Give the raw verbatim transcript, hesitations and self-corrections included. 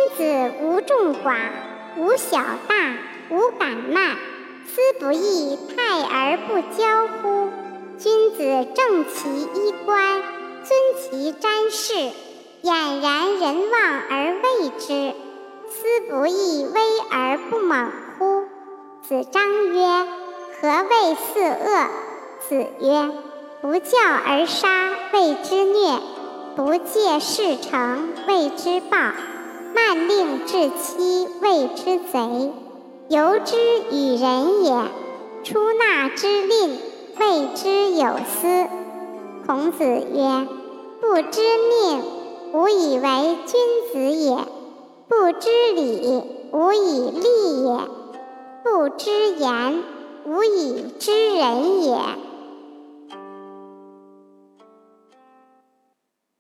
子无众寡，无小大，无敢慢，斯不亦泰而不骄乎？君子正其衣冠，尊其瞻视，俨然人望而畏之，斯不亦威而不猛乎？子张曰：何谓四恶？子曰：不教而杀，谓之虐；不戒事成，谓之暴；慢令至期，谓之贼；由之与人也，出纳之吝，谓之有司。孔子曰：不知命，无以为君子也；不知礼，无以立也；不知言，无以知人也。